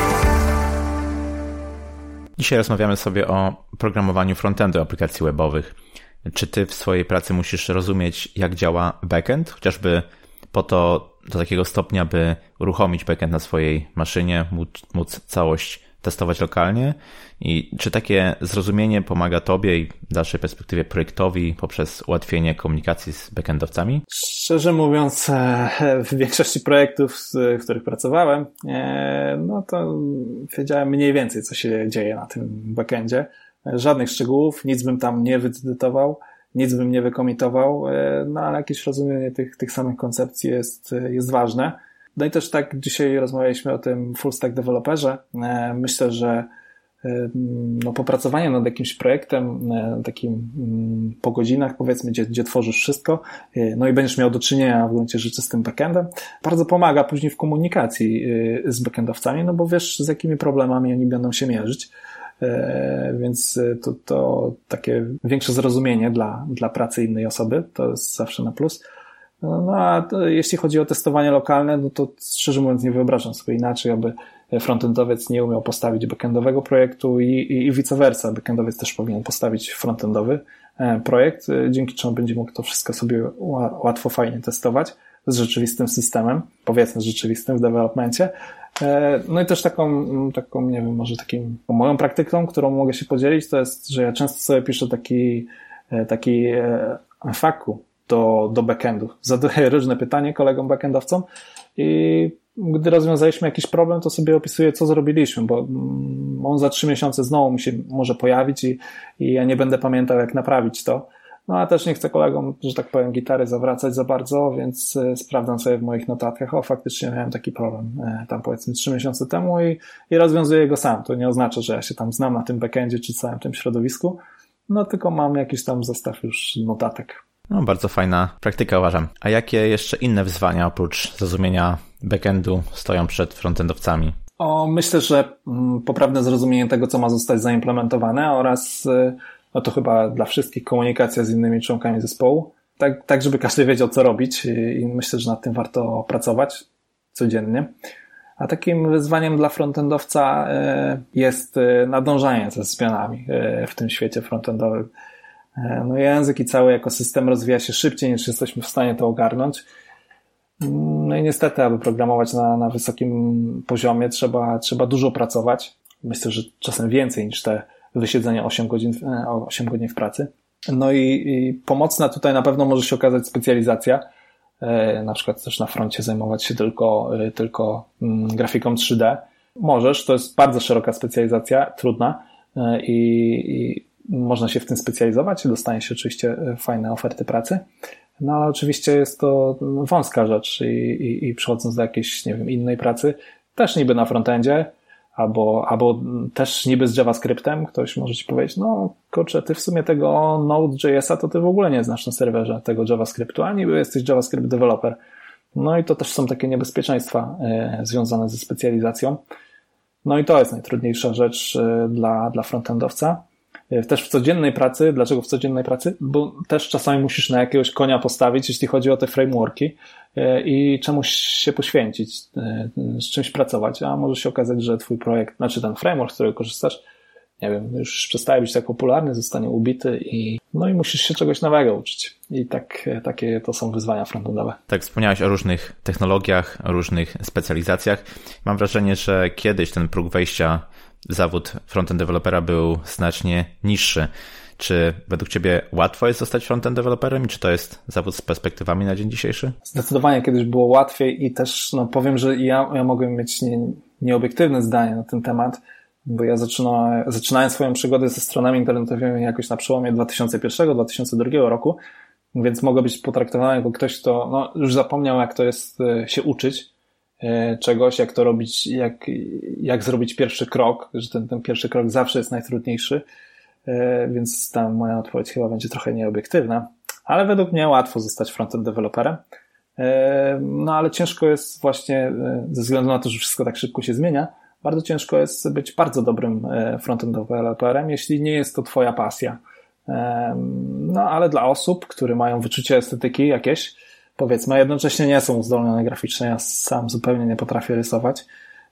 Dzisiaj rozmawiamy sobie o programowaniu frontendu aplikacji webowych. Czy ty w swojej pracy musisz rozumieć, jak działa backend, chociażby po to, do takiego stopnia, by uruchomić backend na swojej maszynie, móc, móc całość testować lokalnie i czy takie zrozumienie pomaga Tobie i w dalszej perspektywie projektowi poprzez ułatwienie komunikacji z backendowcami? Szczerze mówiąc, w większości projektów, w których pracowałem, no to wiedziałem mniej więcej, co się dzieje na tym backendzie. Żadnych szczegółów, nic bym tam nie wyedytował, nic bym nie wykomitował, no ale jakieś rozumienie tych, tych samych koncepcji jest, jest ważne. No i też tak dzisiaj rozmawialiśmy o tym full stack deweloperze. Myślę, że no, popracowanie nad jakimś projektem takim po godzinach, powiedzmy, gdzie, gdzie tworzysz wszystko, no i będziesz miał do czynienia w gruncie rzeczy z tym backendem, bardzo pomaga później w komunikacji z backendowcami, no bo wiesz, z jakimi problemami oni będą się mierzyć. Więc to, to takie większe zrozumienie dla, dla pracy innej osoby, to jest zawsze na plus. No, no a to, jeśli chodzi o testowanie lokalne, no to szczerze mówiąc nie wyobrażam sobie inaczej, aby frontendowiec nie umiał postawić backendowego projektu i, i, i vice versa. Backendowiec też powinien postawić frontendowy projekt, dzięki czemu będzie mógł to wszystko sobie łatwo, fajnie testować z rzeczywistym systemem, powiedzmy z rzeczywistym w developmencie. No i też taką, taką, nie wiem, może takim moją praktyką, którą mogę się podzielić, to jest, że ja często sobie piszę taki, taki faku do, do backendu. Zadaję różne pytania kolegom backendowcom i gdy rozwiązaliśmy jakiś problem, to sobie opisuję, co zrobiliśmy, bo on za trzy miesiące znowu mi się może pojawić i, i ja nie będę pamiętał, jak naprawić to. No a też nie chcę kolegom, że tak powiem, gitary zawracać za bardzo, więc sprawdzam sobie w moich notatkach, o faktycznie miałem taki problem tam powiedzmy trzy miesiące temu i, i rozwiązuję go sam. To nie oznacza, że ja się tam znam na tym backendzie czy całym tym środowisku, no tylko mam jakiś tam zestaw już notatek. No, bardzo fajna praktyka, uważam. A jakie jeszcze inne wyzwania oprócz zrozumienia backendu stoją przed frontendowcami? O, myślę, że poprawne zrozumienie tego, co ma zostać zaimplementowane oraz, no to chyba dla wszystkich, komunikacja z innymi członkami zespołu, tak, tak żeby każdy wiedział, co robić i myślę, że nad tym warto pracować codziennie. A takim wyzwaniem dla frontendowca jest nadążanie ze zmianami w tym świecie frontendowym. No język i cały ekosystem rozwija się szybciej, niż jesteśmy w stanie to ogarnąć. No i niestety, aby programować na, na wysokim poziomie, trzeba, trzeba dużo pracować. Myślę, że czasem więcej niż te wysiedzenia osiem godzin, osiem godzin w pracy. No i, i pomocna tutaj na pewno może się okazać specjalizacja. Na przykład też na froncie zajmować się tylko, tylko grafiką trzy D. Możesz, to jest bardzo szeroka specjalizacja, trudna i, i można się w tym specjalizować, dostanie się oczywiście fajne oferty pracy, no ale oczywiście jest to wąska rzecz i, i, i przechodząc do jakiejś, nie wiem, innej pracy, też niby na frontendzie, albo, albo też niby z JavaScriptem, ktoś może ci powiedzieć, no kurczę, ty w sumie tego Node.jsa to ty w ogóle nie znasz na serwerze tego JavaScriptu, a niby jesteś JavaScript developer. No i to też są takie niebezpieczeństwa y, związane ze specjalizacją. No i to jest najtrudniejsza rzecz y, dla, dla frontendowca. Też w codziennej pracy. Dlaczego w codziennej pracy? Bo też czasami musisz na jakiegoś konia postawić, jeśli chodzi o te frameworki i czemuś się poświęcić, z czymś pracować, a może się okazać, że twój projekt, znaczy ten framework, z którego korzystasz, nie wiem, już przestaje być tak popularny, zostanie ubity i no i musisz się czegoś nowego uczyć. I tak, takie to są wyzwania frontendowe. Tak, wspomniałeś o różnych technologiach, o różnych specjalizacjach. Mam wrażenie, że kiedyś ten próg wejścia w zawód frontend dewelopera był znacznie niższy. Czy według Ciebie łatwo jest zostać frontend deweloperem i czy to jest zawód z perspektywami na dzień dzisiejszy? Zdecydowanie kiedyś było łatwiej i też no, powiem, że ja, ja mogłem mieć nie, nieobiektywne zdanie na ten temat, bo ja zaczynałem, zaczynałem swoją przygodę ze stronami internetowymi jakoś na przełomie dwa tysiące pierwszego do dwa tysiące drugiego roku, więc mogę być potraktowany jako ktoś, kto no, już zapomniał, jak to jest się uczyć czegoś, jak to robić, jak, jak zrobić pierwszy krok, że ten, ten pierwszy krok zawsze jest najtrudniejszy, więc ta moja odpowiedź chyba będzie trochę nieobiektywna, ale według mnie łatwo zostać frontend deweloperem. No ale ciężko jest właśnie, ze względu na to, że wszystko tak szybko się zmienia, bardzo ciężko jest być bardzo dobrym frontend deweloperem, jeśli nie jest to twoja pasja. No ale dla osób, które mają wyczucie estetyki jakieś, powiedzmy, a jednocześnie nie są uzdolnione graficznie, ja sam zupełnie nie potrafię rysować,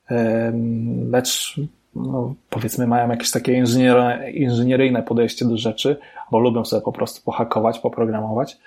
lecz no, powiedzmy mają jakieś takie inżynier- inżynieryjne podejście do rzeczy, bo lubią sobie po prostu pohakować, poprogramować,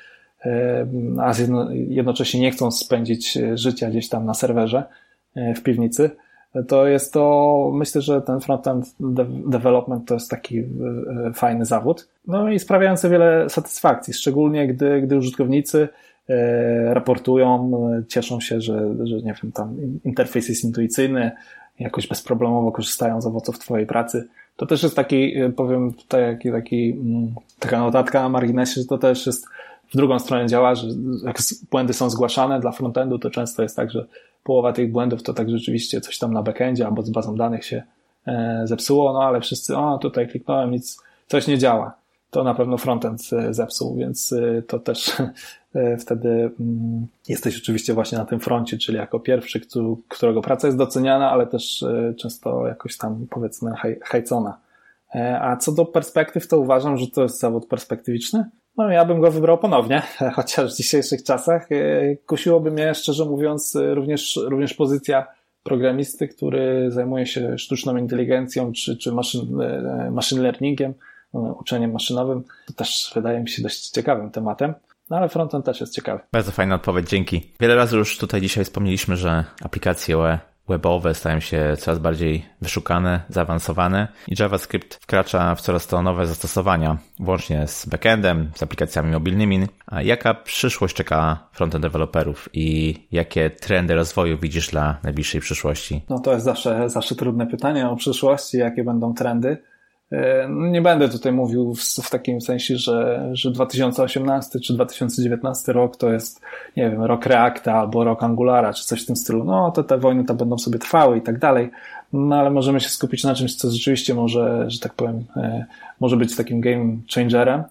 a jednocześnie nie chcą spędzić życia gdzieś tam na serwerze w piwnicy, to jest to, myślę, że ten frontend development to jest taki fajny zawód. No i sprawiający wiele satysfakcji, szczególnie gdy, gdy użytkownicy raportują, cieszą się, że, że nie wiem, tam interfejs jest intuicyjny, jakoś bezproblemowo korzystają z owoców twojej pracy. To też jest taki, powiem tutaj, taki, taki, taka notatka na marginesie, że to też jest w drugą stronę działa, że jak błędy są zgłaszane dla frontendu, to często jest tak, że połowa tych błędów to tak rzeczywiście coś tam na backendzie albo z bazą danych się zepsuło, no ale wszyscy, o tutaj kliknąłem, nic, coś nie działa. To na pewno frontend zepsuł, więc to też wtedy jesteś oczywiście właśnie na tym froncie, czyli jako pierwszy, którego praca jest doceniana, ale też często jakoś tam powiedzmy hejcona. A co do perspektyw, to uważam, że to jest zawód perspektywiczny. No ja bym go wybrał ponownie, chociaż w dzisiejszych czasach kusiłoby mnie, szczerze mówiąc, również, również pozycja programisty, który zajmuje się sztuczną inteligencją czy, czy machine, machine learningiem, uczeniem maszynowym. To też wydaje mi się dość ciekawym tematem. No ale frontend też jest ciekawy. Bardzo fajna odpowiedź, dzięki. Wiele razy już tutaj dzisiaj wspomnieliśmy, że aplikacje webowe stają się coraz bardziej wyszukane, zaawansowane i JavaScript wkracza w coraz to nowe zastosowania, włącznie z backendem, z aplikacjami mobilnymi. A jaka przyszłość czeka frontend deweloperów i jakie trendy rozwoju widzisz dla najbliższej przyszłości? No to jest zawsze, zawsze trudne pytanie o przyszłości, jakie będą trendy. Nie będę tutaj mówił w, w takim sensie, że, że dwa tysiące osiemnasty czy dwa tysiące dziewiętnasty rok to jest, nie wiem, rok Reacta albo rok Angulara, czy coś w tym stylu. No to te wojny to będą sobie trwały i tak dalej. No ale możemy się skupić na czymś, co rzeczywiście może, że tak powiem, może być takim game changerem.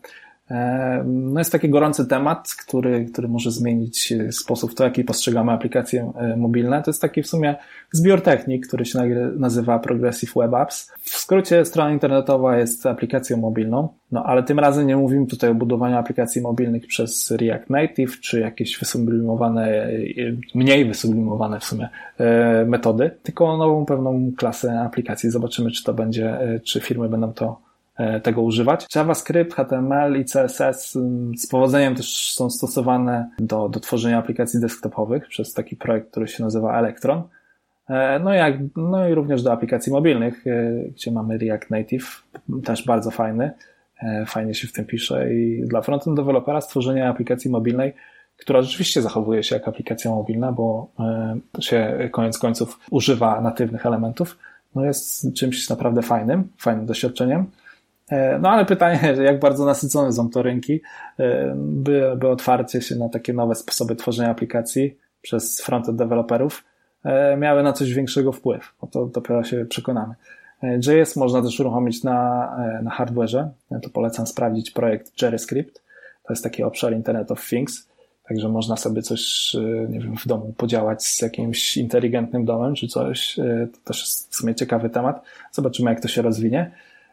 No jest taki gorący temat, który, który może zmienić sposób w to, jaki postrzegamy aplikacje mobilne. To jest taki w sumie zbiór technik, który się nazywa Progressive Web Apps. W skrócie strona internetowa jest aplikacją mobilną, no ale tym razem nie mówimy tutaj o budowaniu aplikacji mobilnych przez React Native, czy jakieś wysublimowane, mniej wysublimowane w sumie metody, tylko o nową pewną klasę aplikacji. Zobaczymy, czy to będzie, czy firmy będą to tego używać. JavaScript, H T M L i C S S z powodzeniem też są stosowane do, do tworzenia aplikacji desktopowych przez taki projekt, który się nazywa Electron. No, jak, no i również do aplikacji mobilnych, gdzie mamy React Native, też bardzo fajny, fajnie się w tym pisze i dla frontend dewelopera stworzenie aplikacji mobilnej, która rzeczywiście zachowuje się jak aplikacja mobilna, bo się koniec końców używa natywnych elementów, no jest czymś naprawdę fajnym, fajnym doświadczeniem. No ale pytanie, jak bardzo nasycone są to rynki, by, by otwarcie się na takie nowe sposoby tworzenia aplikacji przez frontend deweloperów miały na coś większego wpływ. No to dopiero się przekonamy. J S można też uruchomić na, na hardware'ze. Ja to polecam sprawdzić projekt JeryScript. To jest taki obszar Internet of Things. Także można sobie coś, nie wiem, w domu podziałać z jakimś inteligentnym domem czy coś. To też jest w sumie ciekawy temat. Zobaczymy, jak to się rozwinie.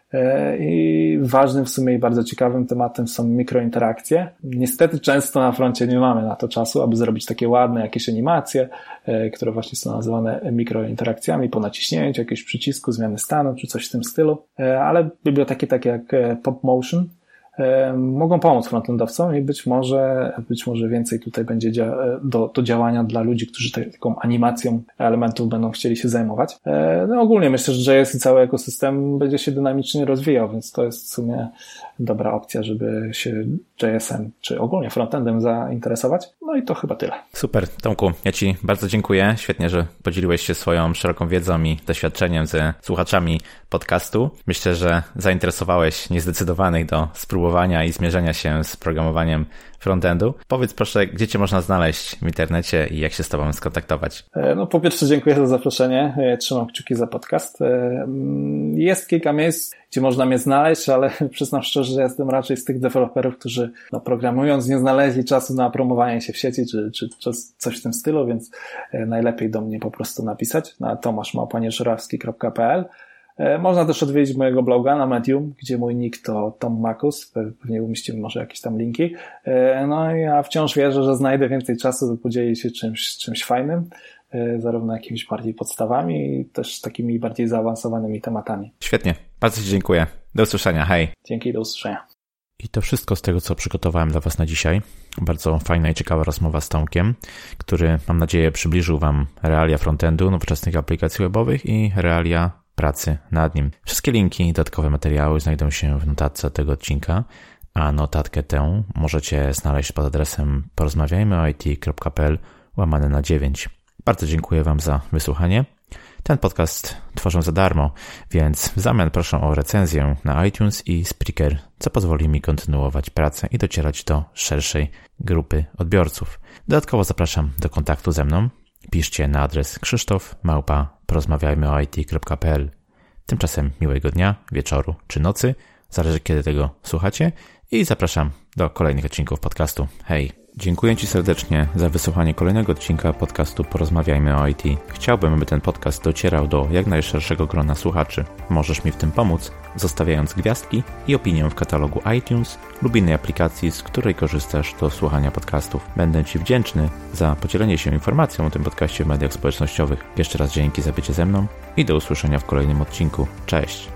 I ważnym w sumie i bardzo ciekawym tematem są mikrointerakcje. Niestety często na froncie nie mamy na to czasu, aby zrobić takie ładne jakieś animacje, które właśnie są nazywane mikrointerakcjami po naciśnięciu jakiegoś przycisku, zmiany stanu czy coś w tym stylu. Ale biblioteki takie jak PopMotion mogą pomóc frontendowcom i być może, być może więcej tutaj będzie dzia- do, do działania dla ludzi, którzy te, taką animacją elementów będą chcieli się zajmować. No ogólnie myślę, że J S i cały ekosystem będzie się dynamicznie rozwijał, więc to jest w sumie dobra opcja, żeby się J S em czy ogólnie frontendem zainteresować. No i to chyba tyle. Super, Tomku, ja Ci bardzo dziękuję. Świetnie, że podzieliłeś się swoją szeroką wiedzą i doświadczeniem ze słuchaczami podcastu. Myślę, że zainteresowałeś niezdecydowanych do spróbowania i zmierzenia się z programowaniem frontendu. Powiedz proszę, gdzie Cię można znaleźć w internecie i jak się z Tobą skontaktować? No po pierwsze dziękuję za zaproszenie. Trzymam kciuki za podcast. Jest kilka miejsc, gdzie można mnie znaleźć, ale przyznam szczerze, że jestem raczej z tych deweloperów, którzy no, programując nie znaleźli czasu na promowanie się w sieci czy, czy, czy coś w tym stylu, więc najlepiej do mnie po prostu napisać na tomasz małpa nieżurawski kropka p l. Można też odwiedzić mojego bloga na Medium, gdzie mój nick to Tom Makus, pewnie umieścimy może jakieś tam linki. No i ja wciąż wierzę, że znajdę więcej czasu, by podzielić się czymś, czymś fajnym, zarówno jakimiś bardziej podstawami, i też takimi bardziej zaawansowanymi tematami. Świetnie, bardzo Ci dziękuję. Do usłyszenia, hej. Dzięki, do usłyszenia. I to wszystko z tego, co przygotowałem dla Was na dzisiaj. Bardzo fajna i ciekawa rozmowa z Tomkiem, który, mam nadzieję, przybliżył Wam realia frontendu, nowoczesnych aplikacji webowych i realia pracy nad nim. Wszystkie linki i dodatkowe materiały znajdą się w notatce tego odcinka, a notatkę tę możecie znaleźć pod adresem porozmawiajmy o it kropka p l łamane na dziewięć. Bardzo dziękuję Wam za wysłuchanie. Ten podcast tworzę za darmo, więc w zamian proszę o recenzję na iTunes i Spreaker, co pozwoli mi kontynuować pracę i docierać do szerszej grupy odbiorców. Dodatkowo zapraszam do kontaktu ze mną. Piszcie na adres krzysztof małpa porozmawiajmy o it kropka p l. Tymczasem miłego dnia, wieczoru czy nocy, zależy kiedy tego słuchacie, i zapraszam do kolejnych odcinków podcastu. Hej! Dziękuję Ci serdecznie za wysłuchanie kolejnego odcinka podcastu Porozmawiajmy o I T. Chciałbym, aby ten podcast docierał do jak najszerszego grona słuchaczy. Możesz mi w tym pomóc, zostawiając gwiazdki i opinię w katalogu iTunes lub innej aplikacji, z której korzystasz do słuchania podcastów. Będę Ci wdzięczny za podzielenie się informacją o tym podcaście w mediach społecznościowych. Jeszcze raz dzięki za bycie ze mną i do usłyszenia w kolejnym odcinku. Cześć!